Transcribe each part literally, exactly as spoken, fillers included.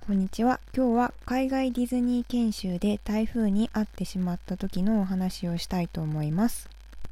こんにちは。今日は海外ディズニー研修で台風に遭ってしまった時のお話をしたいと思います。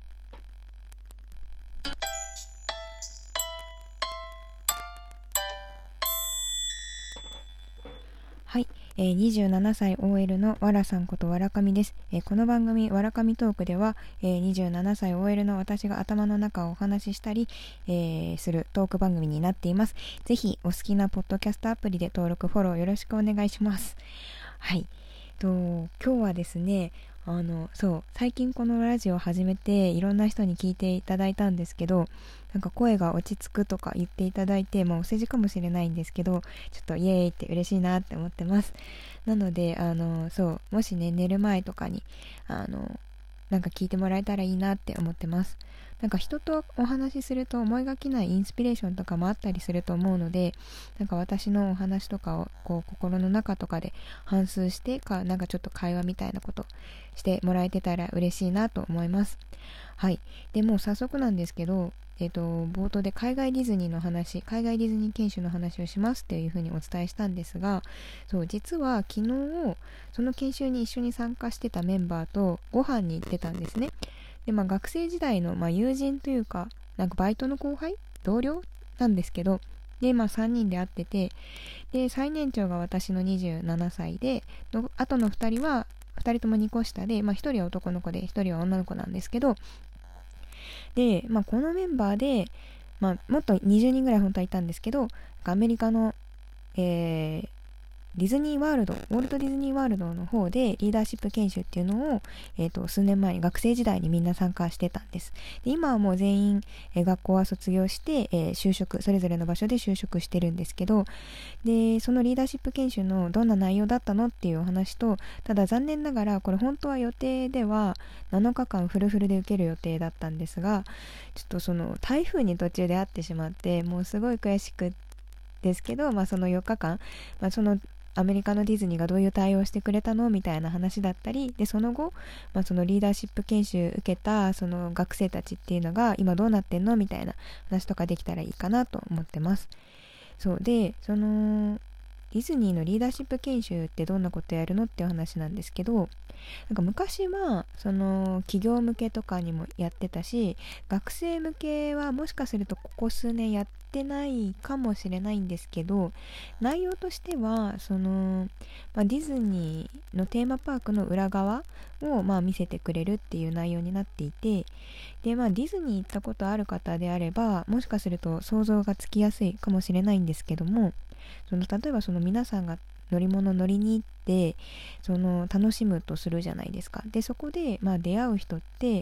はい、えー、にじゅうななさい オーエル のわらさんことわらかみです。えー、この番組わらかみトークでは、えー、にじゅうななさい オーエル の私が頭の中をお話ししたり、えー、するトーク番組になっています。ぜひお好きなポッドキャストアプリで登録フォローよろしくお願いします。はい、と今日はですね、あのそう最近このラジオを始めていろんな人に聞いていただいたんですけど、なんか声が落ち着くとか言っていただいて、まあ、お世辞かもしれないんですけど、ちょっとイエーイって嬉しいなって思ってます。なのであのそうもしね寝る前とかにあのなんか聞いてもらえたらいいなって思ってます。なんか人とお話しすると思いがけないインスピレーションとかもあったりすると思うので、なんか私のお話とかをこう心の中とかで反芻してか、なんかちょっと会話みたいなことしてもらえてたら嬉しいなと思います。はい。でもう早速なんですけど、えっと冒頭で海外ディズニーの話、海外ディズニー研修の話をしますっていうふうにお伝えしたんですが、そう実は昨日その研修に一緒に参加してたメンバーとご飯に行ってたんですね。で、まあ、学生時代の、まあ、友人というか、なんかバイトの後輩同僚なんですけど、で、まあ、さんにんで会ってて、で最年長が私のにじゅうななさいで、のあとのふたりはふたりともにこ下で、まあ、ひとりは男の子でひとりは女の子なんですけど、で、まあ、このメンバーで、まあ、もっとにじゅうにんぐらい本当はいたんですけど、アメリカの、えーディズニーワールド、ウォルト・ディズニーワールドの方でリーダーシップ研修っていうのを、えーと、数年前に学生時代にみんな参加してたんです。で、今はもう全員、えー学校は卒業して、えー就職、それぞれの場所で就職してるんですけど、で、そのリーダーシップ研修のどんな内容だったのっていうお話と、ただ残念ながら、これ本当は予定ではなのかかんフルフルで受ける予定だったんですが、ちょっとその台風に途中で会ってしまって、もうすごい悔しくですけど、まあ、そのよっかかん、まあ、そのアメリカのディズニーがどういう対応してくれたのみたいな話だったりで、その後、まあ、そのリーダーシップ研修受けたその学生たちっていうのが今どうなってんのみたいな話とかできたらいいかなと思ってます。そうで、そのディズニーのリーダーシップ研修ってどんなことやるのっていう話なんですけど、なんか昔はその企業向けとかにもやってたし、学生向けはもしかするとここ数年やってないかもしれないんですけど、内容としてはその、まあ、ディズニーのテーマパークの裏側をまあ見せてくれるっていう内容になっていて、で、まあ、ディズニー行ったことある方であればもしかすると想像がつきやすいかもしれないんですけども、その例えばその皆さんが乗り物乗りに行ってその楽しむとするじゃないですか。でそこで、まあ、出会う人って、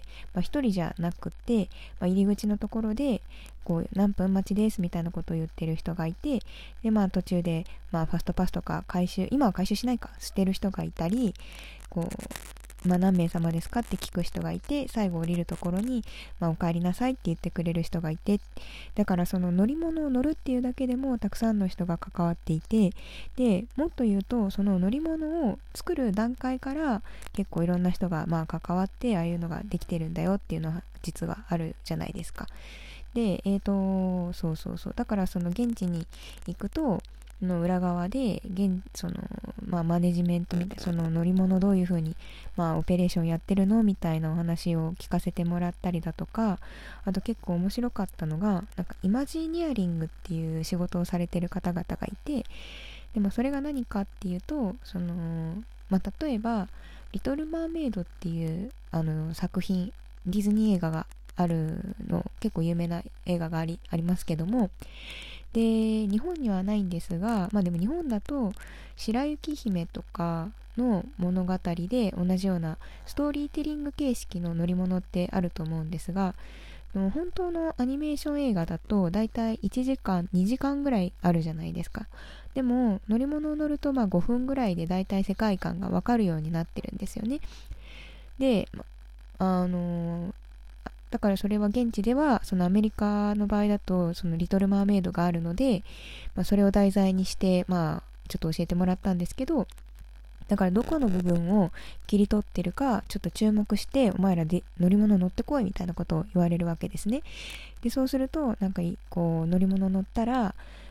まあ、一人じゃなくて、まあ、入り口のところでこう何分待ちですみたいなことを言ってる人がいて、で、まあ、途中で、まあ、ファストパスとか回収、今は回収しないかしてる人がいたり、こうまあ、何名様ですかって聞く人がいて、最後降りるところに、まあ、お帰りなさいって言ってくれる人がいて、だからその乗り物を乗るっていうだけでもたくさんの人が関わっていて、でもっと言うとその乗り物を作る段階から結構いろんな人がまあ関わってああいうのができてるんだよっていうのは実はあるじゃないですか。で、えーとそうそうそうだからその現地に行くとの裏側で現その、まあ、マネジメントみたいな、その乗り物どういう風に、まあ、オペレーションやってるのみたいなお話を聞かせてもらったりだとか、あと結構面白かったのがなんかイマジニアリングっていう仕事をされてる方々がいて、でもそれが何かっていうとその、まあ、例えばリトル・マーメイドっていうあの作品、ディズニー映画があるの、結構有名な映画があり、ありますけども、で日本にはないんですが、まあでも日本だと白雪姫とかの物語で同じようなストーリーテリング形式の乗り物ってあると思うんですが、でも本当のアニメーション映画だとだいたいいちじかんにじかんぐらいあるじゃないですか。でも乗り物を乗るとまあごふんぐらいでだいたい世界観がわかるようになってるんですよね。で、あのーだからそれは現地ではそのアメリカの場合だとそのリトル・マーメイドがあるので、まあ、それを題材にしてまあちょっと教えてもらったんですけど、だからどこの部分を切り取ってるかちょっと注目してお前らで乗り物乗ってこいみたいなことを言われるわけですね。でそうするとなんかこう乗り物乗ったら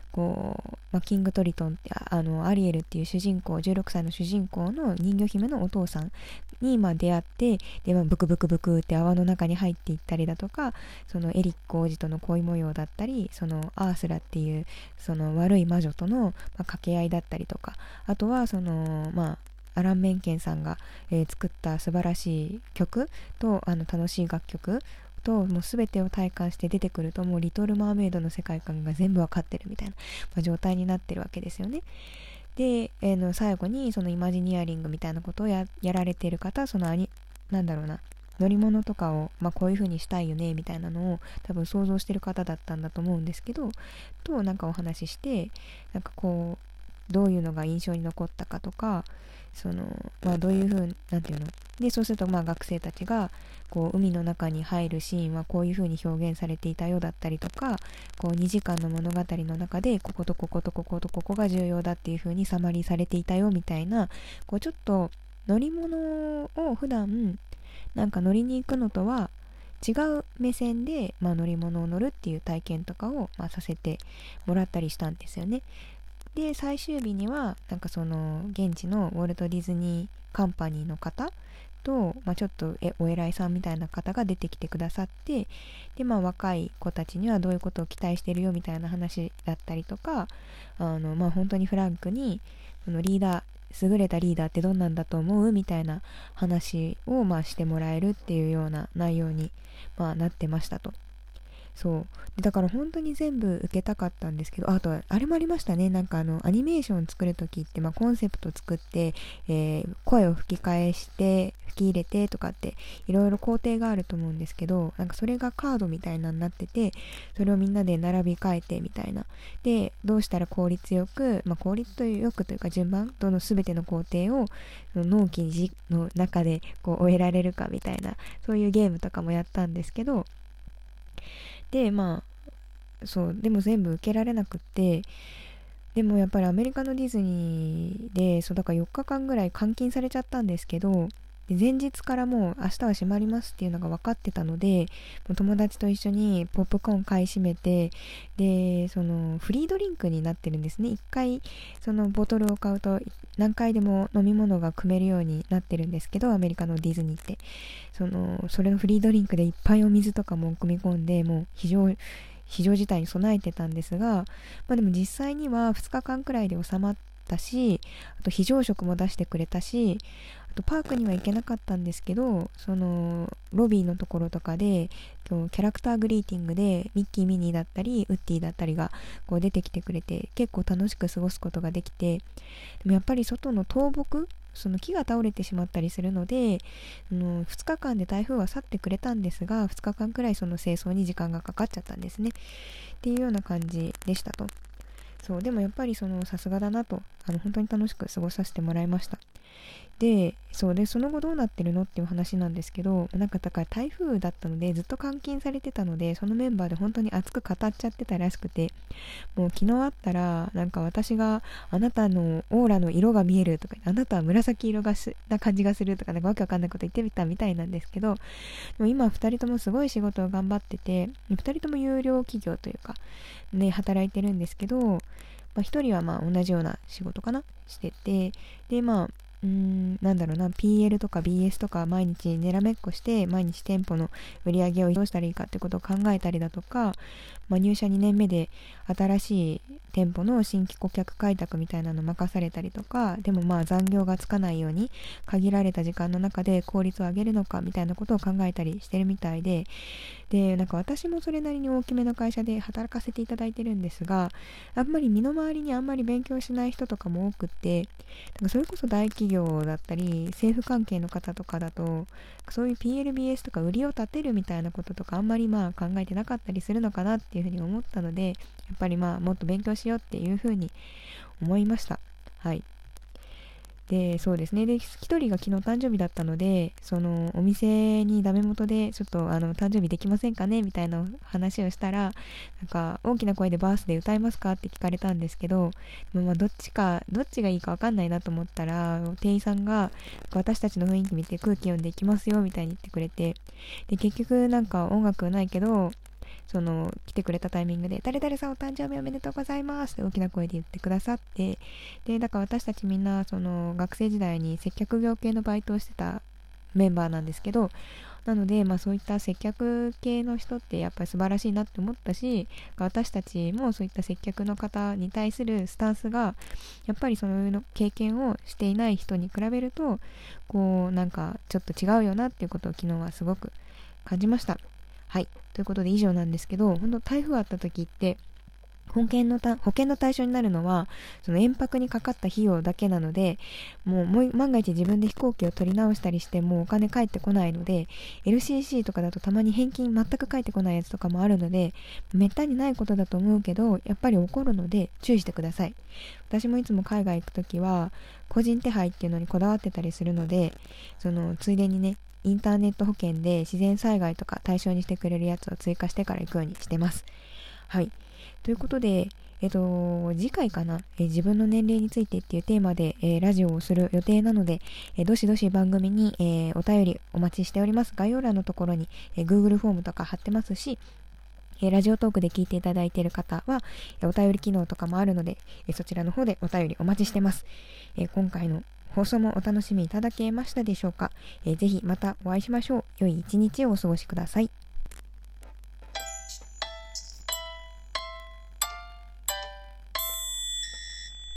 こう、まあ、キングトリトンってああのアリエルっていう主人公じゅうろくさいの主人公の人魚姫のお父さんにまあ出会って、で、まあ、ブクブクブクって泡の中に入っていったりだとか、そのエリック王子との恋模様だったり、そのアースラっていうその悪い魔女との、まあ、掛け合いだったりとか、あとはそのまあアラン・メンケンさんが、えー作った素晴らしい曲とあの楽しい楽曲ともう全てを体感して出てくると、もうリトル・マーメイドの世界観が全部わかってるみたいな、まあ、状態になってるわけですよね。で、えーの最後にそのイマジニアリングみたいなことを や, やられている方、そのアニなんだろうな乗り物とかを、まあ、こういう風にしたいよねみたいなのを多分想像してる方だったんだと思うんですけど、となんかお話しして、なんかこうどういうのが印象に残ったかとか、そのまあどういう風なんていうので、そうするとまあ学生たちがこう海の中に入るシーンはこういう風に表現されていたようだったりとか、こうにじかんの物語の中でこことこことこことここが重要だっていう風にサマリーされていたよみたいな、こうちょっと乗り物を普段なんか乗りに行くのとは違う目線で、まあ、乗り物を乗るっていう体験とかを、まあ、させてもらったりしたんですよね。で最終日にはなんかその現地のウォルト・ディズニーカンパニーの方と、まあ、ちょっとえお偉いさんみたいな方が出てきてくださって、で、まあ、若い子たちにはどういうことを期待してるよみたいな話だったりとか、あの、まあ、本当にフランクにそのリーダー優れたリーダーってどんなんだと思うみたいな話をまあしてもらえるっていうような内容に、まあ、なってましたと。そうでだから本当に全部受けたかったんですけど、あとはあれもありましたね。なんかあのアニメーション作るときって、まあ、コンセプト作って、えー声を吹き返して吹き入れてとかっていろいろ工程があると思うんですけど、なんかそれがカードみたいなのになってて、それをみんなで並び替えてみたいな、でどうしたら効率よく、まあ、効率よくというか順番どの全ての工程を納期の中でこう終えられるかみたいな、そういうゲームとかもやったんですけど、でまあそうでも全部受けられなくって、でもやっぱりアメリカのディズニーでそうだからよっかかんぐらい監禁されちゃったんですけど、で前日からもう明日は閉まりますっていうのが分かってたので、もう友達と一緒にポップコーン買い占めて、でそのフリードリンクになってるんですね。いっかいそのボトルを買うと何回でも飲み物が汲めるようになってるんですけど、アメリカのディズニーってそのそれのフリードリンクでいっぱいお水とかも汲み込んで、もう非常非常事態に備えてたんですが、まあ、でも実際にはふつかかんくらいで収まったし、あと非常食も出してくれたし、あとパークには行けなかったんですけど、そのロビーのところとかで今日キャラクターグリーティングでミッキーミニーだったりウッディだったりがこう出てきてくれて、結構楽しく過ごすことができて、でもやっぱり外の倒木、その木が倒れてしまったりするので、あのふつかかんで台風は去ってくれたんですが、ふつかかんくらいその清掃に時間がかかっちゃったんですねっていうような感じでしたと。そうでもやっぱりそのさすがだなと、あの本当に楽しく過ごさせてもらいました。でそうでその後どうなってるのっていう話なんですけど、なんかだから台風だったのでずっと監禁されてたので、そのメンバーで本当に熱く語っちゃってたらしくて、もう昨日あったらなんか私があなたのオーラの色が見えるとか、あなたは紫色がすな感じがするとか、なんかわけわかんないこと言ってみたみたいなんですけど、でも今ふたりともすごい仕事を頑張ってて、ふたりとも有料企業というかね働いてるんですけど、まあ、ひとりはまあ同じような仕事かなしてて、でまあうーんなんだろうな ピーエル とか ビーエス とか毎日ねらめっこして毎日店舗の売り上げをどうしたらいいかってことを考えたりだとか、まあ、入社にねんめで新しい店舗の新規顧客開拓みたいなの任されたりとか、でもまあ残業がつかないように限られた時間の中で効率を上げるのかみたいなことを考えたりしてるみたいで、でなんか私もそれなりに大きめの会社で働かせていただいてるんですが、あんまり身の回りにあんまり勉強しない人とかも多くって、なんかそれこそ大企業だったり政府関係の方とかだとそういう ピーエルビーエス とか売りを立てるみたいなこととかあんまりまあ考えてなかったりするのかなっていうふうに思ったので、やっぱりまあもっと勉強しようっていうふうに思いました。はい。でそうですね、で一人が昨日誕生日だったので、そのお店にダメ元でちょっとあの誕生日できませんかねみたいな話をしたら、なんか大きな声でバースで歌いますかって聞かれたんですけど、まあどっちかどっちがいいか分かんないなと思ったら、店員さんが私たちの雰囲気見て空気読んでいきますよみたいに言ってくれて、で結局なんか音楽ないけどその来てくれたタイミングで誰々さんお誕生日おめでとうございますって大きな声で言ってくださって、でだから私たちみんなその学生時代に接客業系のバイトをしてたメンバーなんですけど、なので、まあ、そういった接客系の人ってやっぱり素晴らしいなって思ったし、私たちもそういった接客の方に対するスタンスがやっぱりその経験をしていない人に比べるとこうなんかちょっと違うよなっていうことを昨日はすごく感じました。はい、ということで以上なんですけど、本当台風あった時って保険のた保険の対象になるのはその延泊にかかった費用だけなので、もうもう万が一自分で飛行機を取り直したりしてもお金返ってこないので、 エルシーシー とかだとたまに返金全く返ってこないやつとかもあるので、めったにないことだと思うけどやっぱり起こるので注意してください。私もいつも海外行くときは個人手配っていうのにこだわってたりするので、そのついでにねインターネット保険で自然災害とか対象にしてくれるやつを追加してから行くようにしてます。はい、ということで、えっと、次回かな、え自分の年齢についてっていうテーマで、えーラジオをする予定なので、えーどしどし番組に、えーお便りお待ちしております。概要欄のところに、えー Google フォームとか貼ってますし、えーラジオトークで聞いていただいている方は、えーお便り機能とかもあるので、えーそちらの方でお便りお待ちしてます。えー今回の放送もお楽しみいただけましたでしょうか。えーぜひまたお会いしましょう。良い一日をお過ごしください。